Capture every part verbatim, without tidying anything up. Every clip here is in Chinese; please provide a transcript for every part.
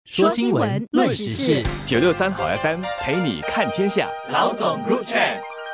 说新闻，论时事， 九六三好 F M 陪你看天下。 老总 Group Chat。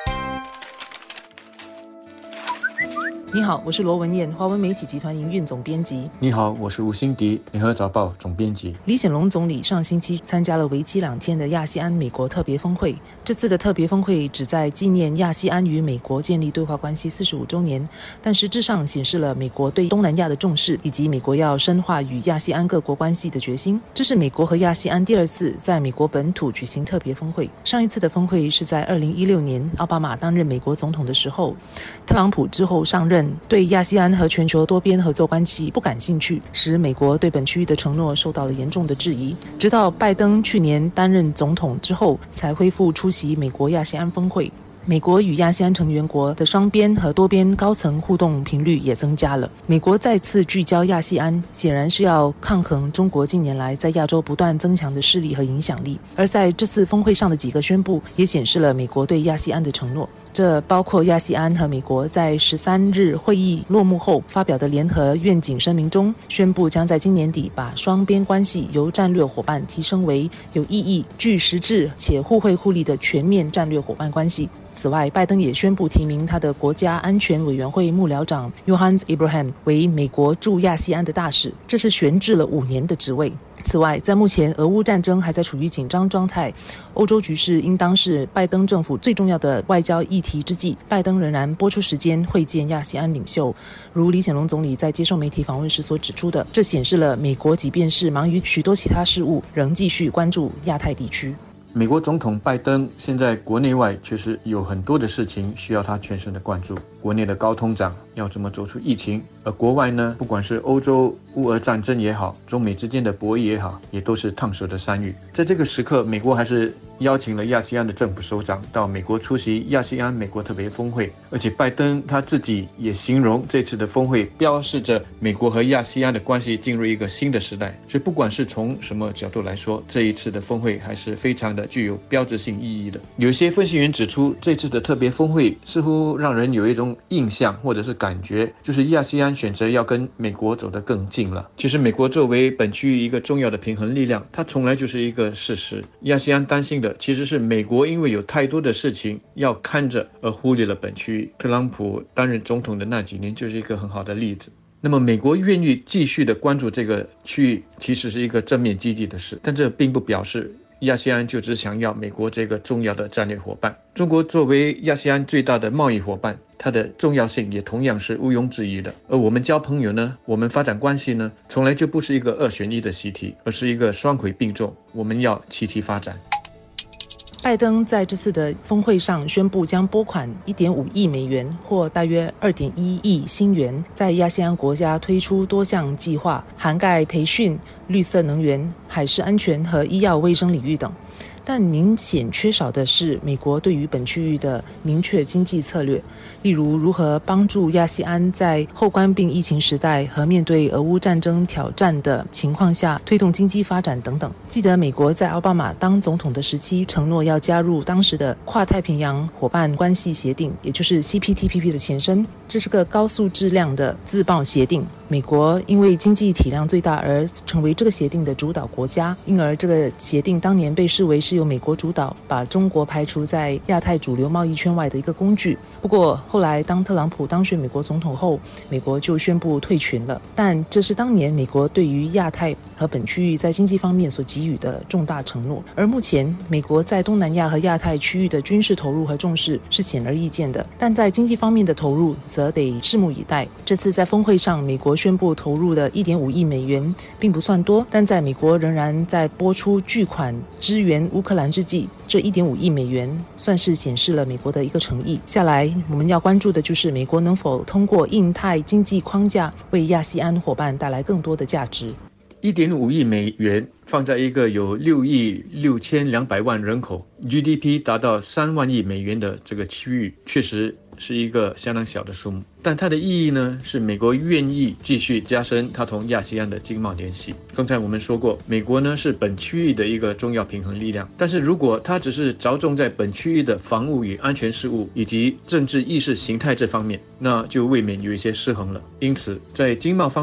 你好，我是罗文燕，华文媒体集团营运总编辑。 你好，我是吴欣迪，联合早报总编辑。 李显龙总理上星期参加了为期两天的亚细安美国特别峰会。这次的特别峰会旨在纪念亚细安与美国建立对话关系四十五周年，但实质上显示了美国对东南亚的重视，以及美国要深化与亚细安各国关系的决心。这是美国和亚细安第二次在美国本土举行特别峰会。上一次的峰会是在二零一六年奥巴马担任美国总统的时候，特朗普之后上任，对亚细安和全球多边合作关系不感兴趣，使美国对本区域的承诺受到了严重的质疑。直到拜登去年担任总统之后，才恢复出席美国亚细安峰会。美国与亚细安成员国的双边和多边高层互动频率也增加了。美国再次聚焦亚细安，显然是要抗衡中国近年来在亚洲不断增强的势力和影响力。而在这次峰会上的几个宣布，也显示了美国对亚细安的承诺。这包括亚细安和美国在十三日会议落幕后发表的联合愿景声明中，宣布将在今年底把双边关系由战略伙伴提升为有意义、具实质且互惠互利的全面战略伙伴关系。此外，拜登也宣布提名他的国家安全委员会幕僚长 Yohannes Abraham 为美国驻亚细安的大使，这是悬置了五年的职位。此外，在目前俄乌战争还在处于紧张状态，欧洲局势应当是拜登政府最重要的外交议题之际，拜登仍然拨出时间会见亚细安领袖。如李显龙总理在接受媒体访问时所指出的，这显示了美国即便是忙于许多其他事务，仍继续关注亚太地区。 美国总统拜登现在国内外确实有很多的事情需要他全神的关注。国内的高通胀要怎么走出疫情，而国外呢，不管是欧洲乌俄战争也好，中美之间的博弈也好，也都是烫手的山芋。在这个时刻，美国还是邀请了亚细安的政府首长到美国出席亚细安美国特别峰会，而且拜登他自己也形容这次的峰会标示着美国和亚细安的关系进入一个新的时代。所以不管是从什么角度来说，这一次的峰会还是非常的具有标志性意义的。有些分析员指出，这次的特别峰会似乎让人有一种印象或者是感觉，就是亚细安选择要跟美国走得更近了。其实美国作为本区域一个重要的平衡力量，它从来就是一个事实。亚细安担心的其实是美国因为有太多的事情要看着而忽略了本区域。特朗普担任总统的那几年就是一个很好的例子。那么美国愿意继续的关注这个区域，其实是一个正面积极的事，但这并不表示亚细安就只想要美国这个重要的战略伙伴。中国作为亚细安最大的贸易伙伴，它的重要性也同样是毋庸置疑的。而我们交朋友呢，我们发展关系呢，从来就不是一个二选一的习题，而是一个双轨并重，我们要齐齐发展。 拜登在这次的峰会上宣布将拨款 一点五亿美元或大约 二点一亿新元，在亚细安国家推出多项计划，涵盖培训、绿色能源、海事安全和医药卫生领域等。但明显缺少的是美国对于本区域的明确经济策略，例如如何帮助亚细安在后冠病疫情时代和面对俄乌战争挑战的情况下推动经济发展等等。记得美国在奥巴马当总统的时期承诺要加入当时的跨太平洋伙伴关系协定，也就是 C P T P P 的前身。这是个高速质量的自贸协定，美国因为经济体量最大而成为这个协定的主导国家，因而这个协定当年被视为是由美国主导，把中国排除在亚太主流贸易圈外的一个工具。不过后来当特朗普当选美国总统后，美国就宣布退群了。但这是当年美国对于亚太和本区域在经济方面所给予的重大承诺。而目前美国在东南亚和亚太区域的军事投入和重视是显而易见的，但在经济方面的投入则得拭目以待。这次在峰会上，美国宣布投入的 一点五亿美元并不算多，但在美国仍然在拨出巨款支援乌克兰之际，这 一点五亿美元算是显示了美国的一个诚意。下来我们要关注的就是美国能否通过印太经济框架为亚细安伙伴带来更多的价值。 一点五亿美元放在一个有六亿六千两百万人口 G D P 达到三万亿美元的这个区域，确实是一个相当小的数目，但它的意义呢，是美国愿意继续加深它同亚细安的经贸联系。刚才我们说过，美国呢是本区域的一个重要平衡力量，但是如果它只是着重在本区域的防务与安全事务以及政治意识形态这方面，那就未免有一些失衡了。因此在经贸方面，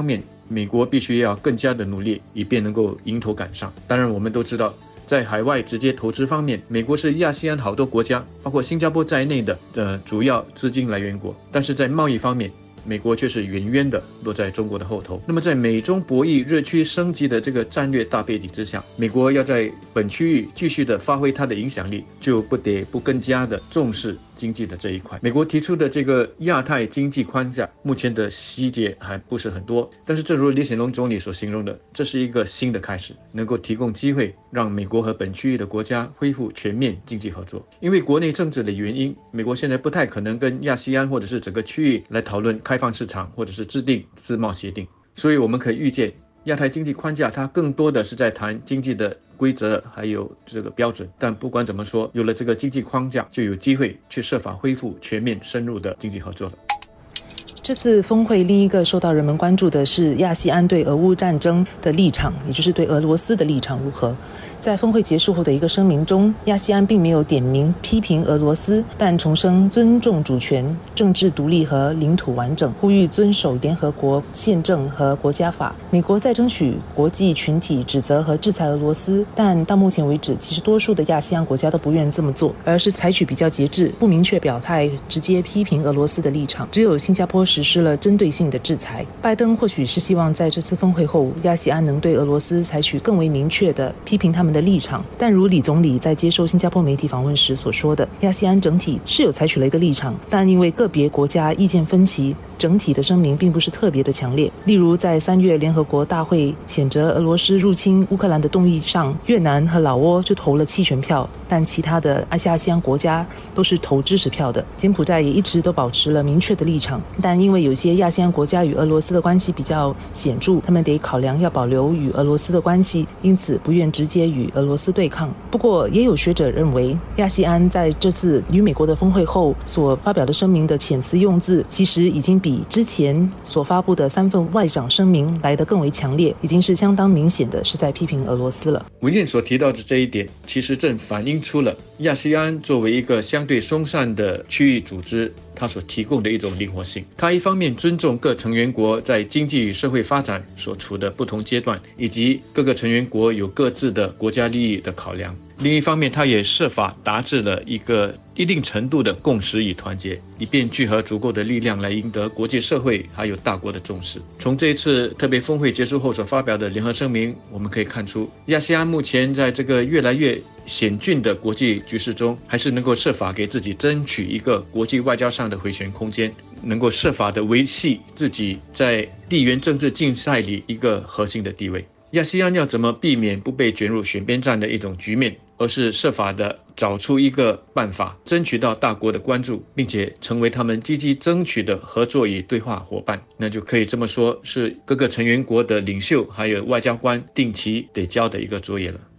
美国必须要更加的努力，以便能够迎头赶上。当然我们都知道，在海外直接投资方面，美国是亚细安好多国家包括新加坡在内的呃主要资金来源国，但是在贸易方面，美国却是远远的落在中国的后头。那么在美中博弈日趋升级的这个战略大背景之下，美国要在本区域继续的发挥它的影响力，就不得不更加的重视经济的这一块。美国提出的这个亚太经济框架，目前的细节还不是很多，但是正如李显龙总理所形容的，这是一个新的开始，能够提供机会让美国和本区域的国家恢复全面经济合作。因为国内政治的原因，美国现在不太可能跟亚细安或者是整个区域来讨论开放市场或者是制定自贸协定，所以我们可以预见，亚太经济框架它更多的是在谈经济的规则还有这个标准，但不管怎么说，有了这个经济框架，就有机会去设法恢复全面深入的经济合作了。 这次峰会另一个受到人们关注的是亚细安对俄乌战争的立场，也就是对俄罗斯的立场如何。在峰会结束后的一个声明中，亚细安并没有点名批评俄罗斯，但重申尊重主权、政治独立和领土完整，呼吁遵守联合国宪政和国家法。美国在争取国际群体指责和制裁俄罗斯，但到目前为止，其实多数的亚细安国家都不愿这么做，而是采取比较节制、不明确表态、直接批评俄罗斯的立场。只有新加坡实施了针对性的制裁。拜登或许是希望在这次峰会后，亚细安能对俄罗斯采取更为明确的批评他们的立场，但如李总理在接受新加坡媒体访问时所说的，亚细安整体是有采取了一个立场，但因为个别国家意见分歧，整体的声明并不是特别的强烈。例如在三月联合国大会谴责俄罗斯入侵乌克兰的动议上，越南和老挝就投了弃权票，但其他的亚细安国家都是投支持票的。柬埔寨也一直都保持了明确的立场，但因为有些亚细安国家与俄罗斯的关系比较显著，他们得考量要保留与俄罗斯的关系，因此不愿直接与俄罗斯对抗。不过也有学者认为，亚细安在这次与美国的峰会后所发表的声明的遣词用字，其实已经比之前所发布的三份外长声明来得更为强烈，已经是相当明显的是在批评俄罗斯了。 文件所提到的这一点，其实正反映出了亚细安作为一个相对松散的区域组织，它所提供的一种灵活性。它一方面尊重各成员国在经济与社会发展所处的不同阶段，以及各个成员国有各自的国家利益的考量；另一方面，它也设法达至了一个一定程度的共识与团结，以便聚合足够的力量来赢得国际社会还有大国的重视。从这一次特别峰会结束后所发表的联合声明，我们可以看出，亚细安目前在这个越来越险峻的国际局势中，还是能够设法给自己争取一个国际外交上的回旋空间，能够设法的维系自己在地缘政治竞赛里一个核心的地位。亚细安要怎么避免不被卷入选边站的一种局面，而是设法的找出一个办法，争取到大国的关注，并且成为他们积极争取的合作与对话伙伴，那就可以这么说，是各个成员国的领袖还有外交官定期得交的一个作业了。